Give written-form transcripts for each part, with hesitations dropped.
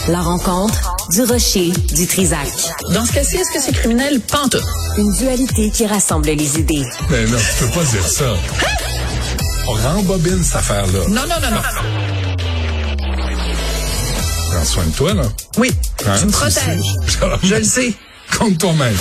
La rencontre du rocher du Trisac. Dans ce cas-ci, est-ce que c'est criminel? Pantoute. Une dualité qui rassemble les idées. Mais non, tu peux pas dire ça. On rembobine cette affaire-là. Non. Prends soin de toi, là. Oui, Hein? tu me protèges. Je le sais. Contre toi-même.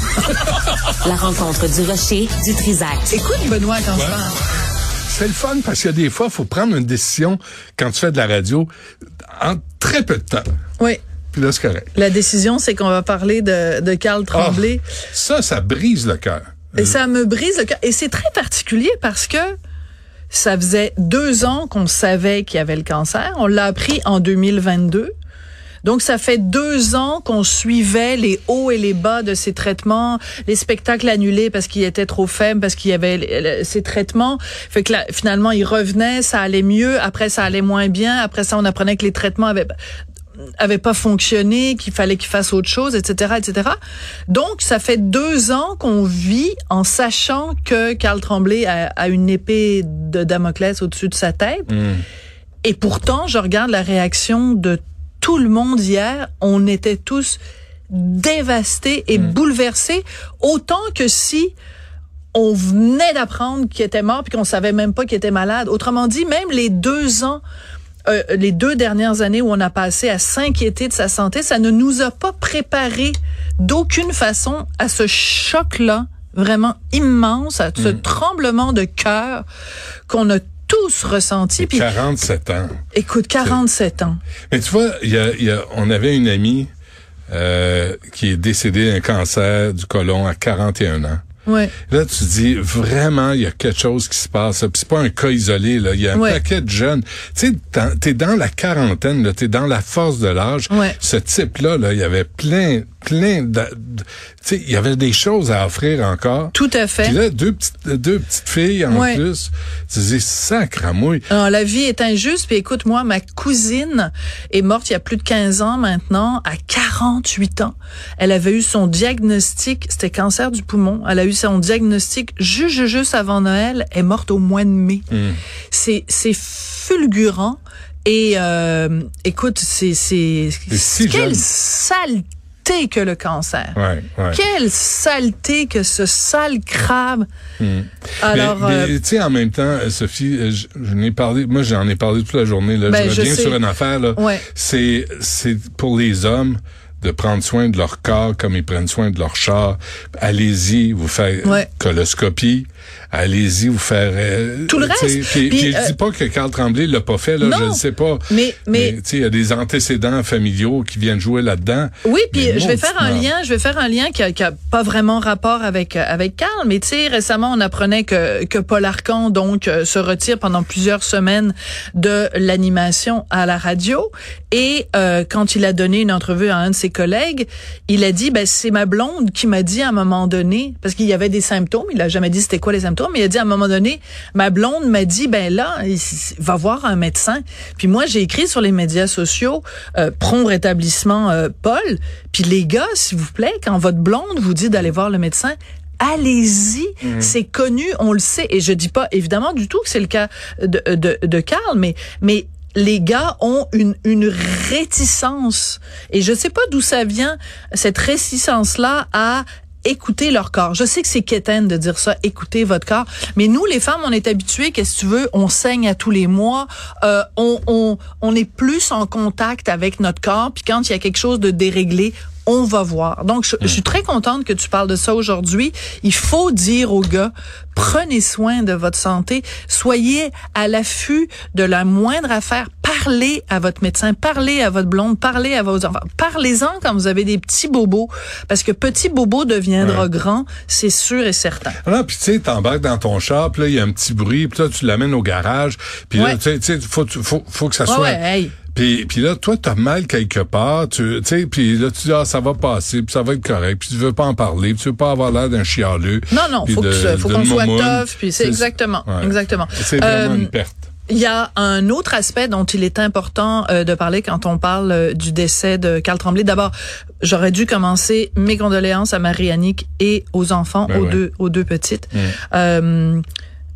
La rencontre du rocher du Trisac. Écoute, Benoît, quand je parle. C'est le fun parce qu'il y a des fois, il faut prendre une décision quand tu fais de la radio en très peu de temps. Oui. Puis là, c'est correct. La décision, c'est qu'on va parler de Carl Tremblay. Ça brise le cœur. Et ça me brise le cœur. Et c'est très particulier parce que ça faisait 2 ans qu'on savait qu'il y avait le cancer. On l'a appris en 2022. Donc, ça fait 2 ans qu'on suivait les hauts et les bas de ces traitements, les spectacles annulés parce qu'ils étaient trop faibles, parce qu'il y avait ces traitements. Fait que là, finalement, ils revenaient, ça allait mieux. Après, ça allait moins bien. Après ça, on apprenait que les traitements avaient pas fonctionné, qu'il fallait qu'ils fassent autre chose, etc., etc. Donc, ça fait 2 ans qu'on vit en sachant que Carl Tremblay a une épée de Damoclès au-dessus de sa tête. Et pourtant, je regarde la réaction de tout le monde hier. On était tous dévastés et bouleversés, autant que si on venait d'apprendre qu'il était mort puis qu'on savait même pas qu'il était malade. Autrement dit, même les 2 ans, les 2 dernières années où on a passé à s'inquiéter de sa santé, ça ne nous a pas préparés d'aucune façon à ce choc-là, vraiment immense, à ce tremblement de cœur qu'on a tous ressenti. Puis 47 ans. Écoute, 47 ans. Mais tu vois, on avait une amie qui est décédée d'un cancer du côlon à 41 ans. Ouais. Là, tu dis, vraiment, il y a quelque chose qui se passe. Puis c'est pas un cas isolé, là. Il y a un paquet de jeunes. Tu sais, t'es dans la quarantaine, là. T'es dans la force de l'âge. Ouais. Ce type-là, il y avait plein de tu sais, il y avait des choses à offrir encore. Tout à fait. Puis là, deux petites filles en plus. Tu dis, sacramouille. Alors, la vie est injuste. Puis écoute, moi, ma cousine est morte il y a plus de 15 ans maintenant, à 48 ans. Elle avait eu son diagnostic, c'était cancer du poumon. Elle a eu son diagnostic juste avant Noël. Elle est morte au mois de mai. C'est fulgurant. Et écoute, c'est quelle saleté que le cancer. Ouais. Quelle saleté que ce sale crabe. Alors, mais tu sais, en même temps, Sophie, j'en ai parlé toute la journée, là. Je reviens sur une affaire, là. Ouais. C'est pour les hommes de prendre soin de leur corps comme ils prennent soin de leur char. Allez-y, vous faire coloscopie. Allez-y, vous faire... tout le reste. Puis je dis pas que Carl Tremblay l'a pas fait, là, non, je ne sais pas. Mais tu sais, il y a des antécédents familiaux qui viennent jouer là-dedans. Oui, puis je vais faire un lien qui a pas vraiment rapport avec Carl, mais tu sais, récemment, on apprenait que Paul Arcand, donc, se retire pendant plusieurs semaines de l'animation à la radio. Et quand il a donné une entrevue à un de ses collègues, il a dit, c'est ma blonde qui m'a dit à un moment donné, parce qu'il y avait des symptômes, il a jamais dit c'était quoi les symptômes, mais il a dit à un moment donné, ma blonde m'a dit, là, il va voir un médecin. Puis moi, j'ai écrit sur les médias sociaux, prompt rétablissement Paul. Puis les gars, s'il vous plaît, quand votre blonde vous dit d'aller voir le médecin, allez-y, c'est connu, on le sait. Et je dis pas évidemment du tout que c'est le cas de Carl, mais les gars ont une réticence. Et je sais pas d'où ça vient, cette réticence-là à écouter leur corps. Je sais que c'est quétaine de dire ça, écoutez votre corps. Mais nous, les femmes, on est habitués, qu'est-ce que tu veux, on saigne à tous les mois, on est plus en contact avec notre corps, puis quand il y a quelque chose de déréglé, on va voir. Donc, je suis très contente que tu parles de ça aujourd'hui. Il faut dire aux gars, prenez soin de votre santé. Soyez à l'affût de la moindre affaire. Parlez à votre médecin, parlez à votre blonde, parlez à vos enfants. Parlez-en quand vous avez des petits bobos. Parce que petit bobo deviendra grand, c'est sûr et certain. Non, puis tu sais, t'embarques dans ton char, puis là, il y a un petit bruit, puis là, tu l'amènes au garage. Puis là, tu sais, faut que ça soit... Puis là, toi, t'as mal quelque part, tu sais, puis là, tu dis, ça va passer, puis ça va être correct, puis tu veux pas en parler, puis tu veux pas avoir l'air d'un chialeux. Non, faut qu'on soit tough, puis c'est exactement. C'est vraiment une perte. Il y a un autre aspect dont il est important de parler quand on parle du décès de Carl Tremblay. D'abord, j'aurais dû commencer mes condoléances à Marie-Annick et aux enfants, aux deux petites.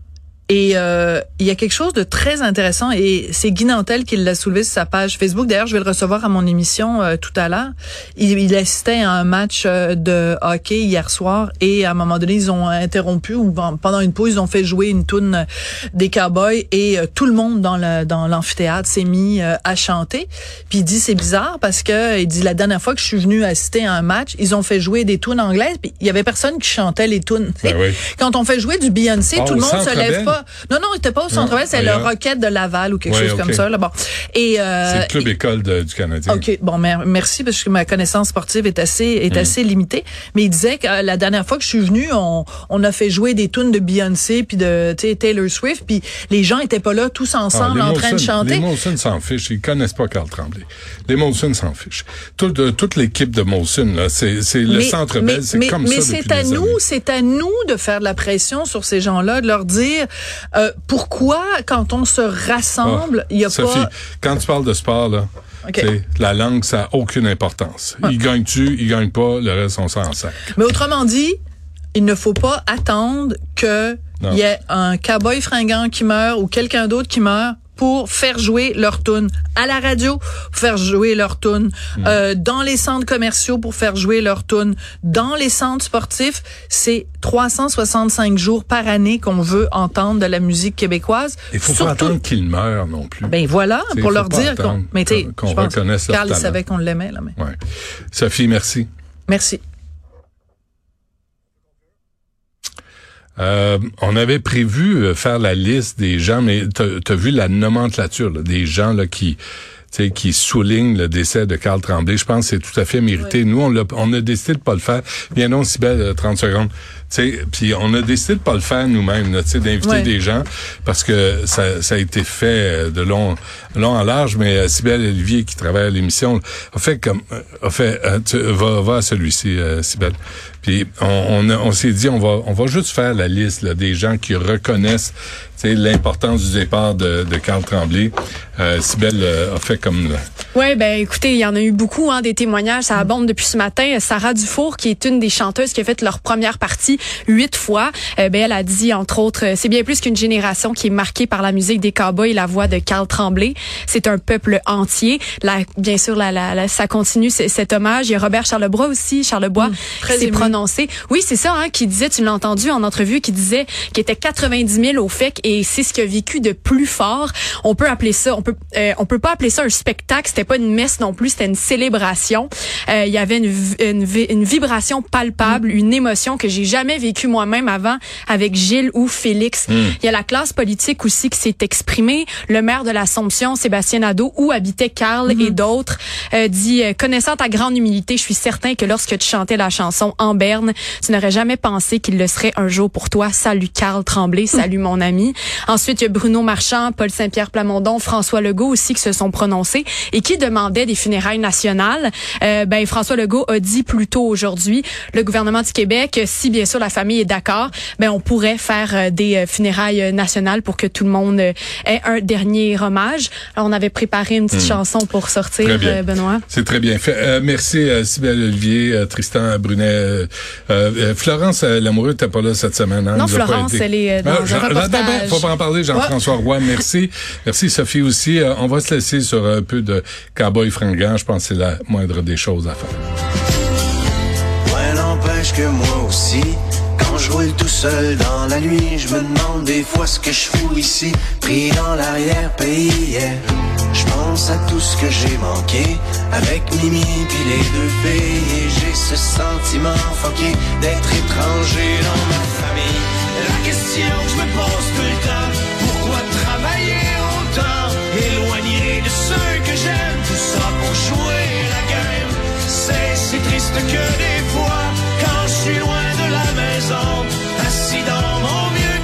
Et il y a quelque chose de très intéressant, et c'est Guy Nantel qui l'a soulevé sur sa page Facebook. D'ailleurs, je vais le recevoir à mon émission tout à l'heure. Il assistait à un match de hockey hier soir, et à un moment donné, ils ont interrompu, ou pendant une pause, ils ont fait jouer une toune des Cowboys, et tout le monde dans l'amphithéâtre s'est mis à chanter. Puis il dit, c'est bizarre parce que il dit, la dernière fois que je suis venu assister à un match, ils ont fait jouer des tounes anglaises, puis il y avait personne qui chantait les tounes. Ben oui. Quand on fait jouer du Beyoncé, tout le monde se lève pas. Non, il était pas au Centre Bell, c'est le Rocket de Laval ou quelque chose comme ça. Là, bon. Et c'est le club école du Canadien. Ok, bon, merci parce que ma connaissance sportive est assez limitée. Mais il disait que la dernière fois que je suis venu, on a fait jouer des tunes de Beyoncé puis de Taylor Swift, puis les gens étaient pas là tous ensemble en train de chanter. Les Molson s'en fichent, ils connaissent pas Carl Tremblay. Les Molson s'en fichent. Toute l'équipe de Molson là, c'est le Centre Bell, c'est comme ça depuis des années. Mais c'est à nous de faire de la pression sur ces gens-là, de leur dire pourquoi, quand on se rassemble, il y a Sophie, pas... quand tu parles de sport, là, la langue, ça n'a aucune importance. Ouais. Ils gagnent-tu, ils gagnent pas, le reste, on s'en sac. Mais autrement dit, il ne faut pas attendre que il y ait un cowboy fringant qui meurt ou quelqu'un d'autre qui meurt pour faire jouer leur tune à la radio, pour faire jouer leur tune dans les centres commerciaux, pour faire jouer leur tune dans les centres sportifs. C'est 365 jours par année qu'on veut entendre de la musique québécoise. Il faut pas attendre qu'ils meurent non plus. Ben voilà, pour leur dire qu'on reconnaisse leur Carl talent. savait qu'on l'aimait là. Mais... Ouais. Sophie, merci. Merci. On avait prévu faire la liste des gens, mais t'as vu la nomenclature là, des gens là qui soulignent le décès de Carl Tremblay. Je pense que c'est tout à fait mérité. Oui. Nous, on a décidé de pas le faire. Bien non, Sybelle, 30 secondes. Puis on a décidé de pas le faire nous-mêmes, d'inviter des gens, parce que ça a été fait de long en large, mais Sybelle Olivier, qui travaille à l'émission, va à celui-ci, Sybelle. Puis on s'est dit, on va juste faire la liste là, des gens qui reconnaissent l'importance du départ de Carl Tremblay. Sybelle a fait comme... Oui, ben écoutez, il y en a eu beaucoup, des témoignages, ça abonde depuis ce matin. Sarah Dufour, qui est une des chanteuses qui a fait leur première partie 8 fois, elle a dit, entre autres, c'est bien plus qu'une génération qui est marquée par la musique des Cowboys et la voix de Carl Tremblay. C'est un peuple entier. Bien sûr, ça continue cet hommage. Il y a Robert Charlebois aussi, qui s'est prononcé. Oui, c'est ça, qui disait, tu l'as entendu en entrevue, qui disait qu'il était 90 000 au FEC, et c'est ce qu'il a vécu de plus fort. On peut appeler ça, on peut pas appeler ça un spectacle, c'était pas une messe non plus, c'était une célébration. Il y avait une vibration palpable, une émotion que j'ai jamais vécue moi-même avant avec Gilles ou Félix. Il y a la classe politique aussi qui s'est exprimée. Le maire de l'Assomption, Sébastien Nadeau, où habitait Carl et d'autres, dit, connaissant ta grande humilité, je suis certain que lorsque tu chantais la chanson En Berne, tu n'aurais jamais pensé qu'il le serait un jour pour toi. Salut Carl Tremblay, salut mon ami. Ensuite, il y a Bruno Marchand, Paul Saint-Pierre Plamondon, François Legault aussi qui se sont prononcés et qui demandaient des funérailles nationales. François Legault a dit plus tôt aujourd'hui, le gouvernement du Québec, si bien sûr la famille est d'accord, on pourrait faire des funérailles nationales pour que tout le monde ait un dernier hommage. Alors, on avait préparé une petite chanson pour sortir, Benoît. C'est très bien fait. Merci Sybelle Olivier, Tristan Brunet. Florence Lamoureux, t'es pas là cette semaine. Non, Florence, elle est dans un reportage. Faut pas en parler, Jean-François Roy. Merci. Merci Sophie aussi. On va se laisser sur un peu de cowboy fringant. Je pense que c'est la moindre des choses à faire. Ouais, n'empêche que moi aussi, quand je roule tout seul dans la nuit, je me demande des fois ce que je fous ici, pris dans l'arrière-pays. Je pense à tout ce que j'ai manqué avec Mimi puis les deux filles, et j'ai ce sentiment funky d'être étranger dans ma famille. La question que je me pose tout le temps, pourquoi travailler autant, éloigné de ceux que j'aime, tout ça pour jouer la game. C'est si triste que